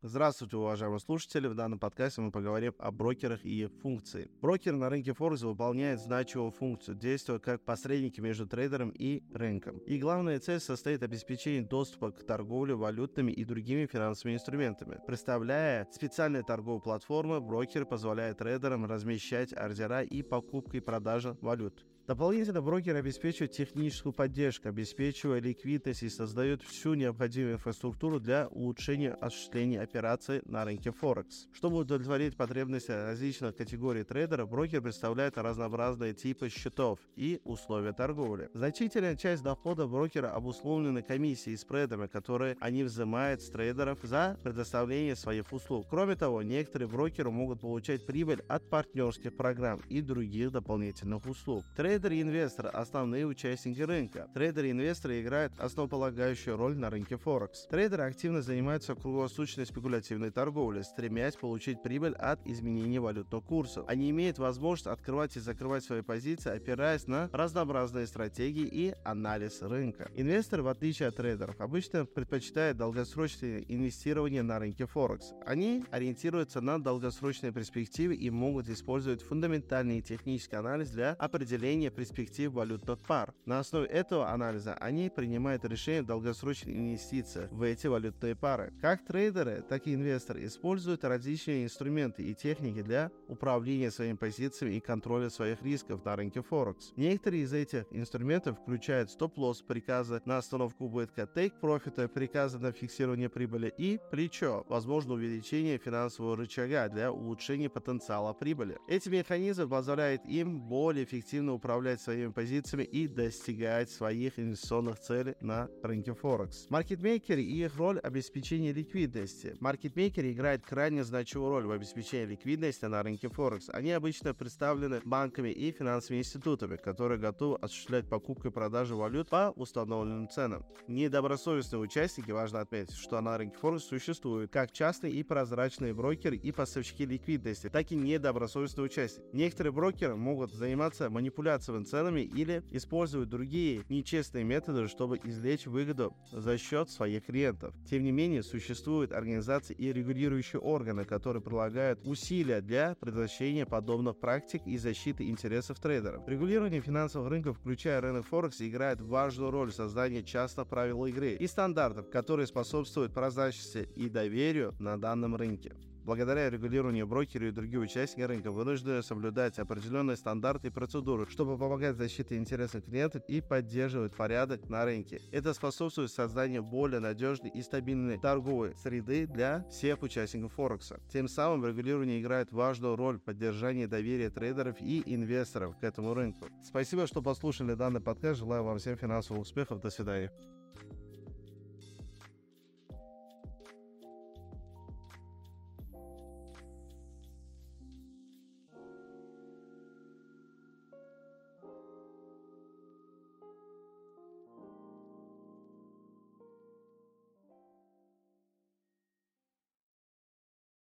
Здравствуйте, уважаемые слушатели! В данном подкасте мы поговорим о брокерах и их функции. Брокер на рынке Форекс выполняет значимую функцию, действуя как посредники между трейдером и рынком. И главная цель состоит в обеспечении доступа к торговле валютными и другими финансовыми инструментами. Представляя специальные торговые платформы, брокер позволяет трейдерам размещать ордера и покупку и продажу валют. Дополнительно брокер обеспечивает техническую поддержку, обеспечивая ликвидность и создает всю необходимую инфраструктуру для улучшения осуществления операций на рынке Форекс. Чтобы удовлетворить потребности различных категорий трейдеров, брокер представляет разнообразные типы счетов и условия торговли. Значительная часть дохода брокера обусловлена комиссией и спредами, которые они взимают с трейдеров за предоставление своих услуг. Кроме того, некоторые брокеры могут получать прибыль от партнерских программ и других дополнительных услуг. Трейдеры и инвесторы – основные участники рынка. Трейдеры и инвесторы играют основополагающую роль на рынке Форекс. Трейдеры активно занимаются круглосуточной спекулятивной торговлей, стремясь получить прибыль от изменения валютных курсов. Они имеют возможность открывать и закрывать свои позиции, опираясь на разнообразные стратегии и анализ рынка. Инвесторы, в отличие от трейдеров, обычно предпочитают долгосрочное инвестирование на рынке Форекс. Они ориентируются на долгосрочные перспективы и могут использовать фундаментальный технический анализ для определения перспектив валютных пар. На основе этого анализа они принимают решение о долгосрочной инвестиции в эти валютные пары. Как трейдеры, так и инвесторы используют различные инструменты и техники для управления своими позициями и контроля своих рисков на рынке Форекс. Некоторые из этих инструментов включают стоп-лосс, приказы на остановку убытка, тейк-профита, приказы на фиксирование прибыли и плечо, возможно увеличение финансового рычага для улучшения потенциала прибыли. Эти механизмы позволяют им более эффективно управлять своими позициями и достигать своих инвестиционных целей на рынке Форекс. Маркетмейкеры и их роль обеспечения ликвидности. Маркетмейкеры играют крайне значимую роль в обеспечении ликвидности на рынке Форекс. Они обычно представлены банками и финансовыми институтами, которые готовы осуществлять покупку и продажу валют по установленным ценам. Недобросовестные участники, важно отметить, что на рынке Форекс существуют как частные и прозрачные брокеры и поставщики ликвидности, так и недобросовестные участники. Некоторые брокеры могут заниматься манипуляцией ценами или используют другие нечестные методы, чтобы извлечь выгоду за счет своих клиентов. Тем не менее, существуют организации и регулирующие органы, которые прилагают усилия для предотвращения подобных практик и защиты интересов трейдеров. Регулирование финансовых рынков, включая рынок Форекс, играет важную роль в создании частных правил игры и стандартов, которые способствуют прозрачности и доверию на данном рынке. Благодаря регулированию брокеры и другие участники рынка вынуждены соблюдать определенные стандарты и процедуры, чтобы помогать защите интересов клиентов и поддерживать порядок на рынке. Это способствует созданию более надежной и стабильной торговой среды для всех участников Форекса. Тем самым регулирование играет важную роль в поддержании доверия трейдеров и инвесторов к этому рынку. Спасибо, что послушали данный подкаст. Желаю вам всем финансовых успехов. До свидания.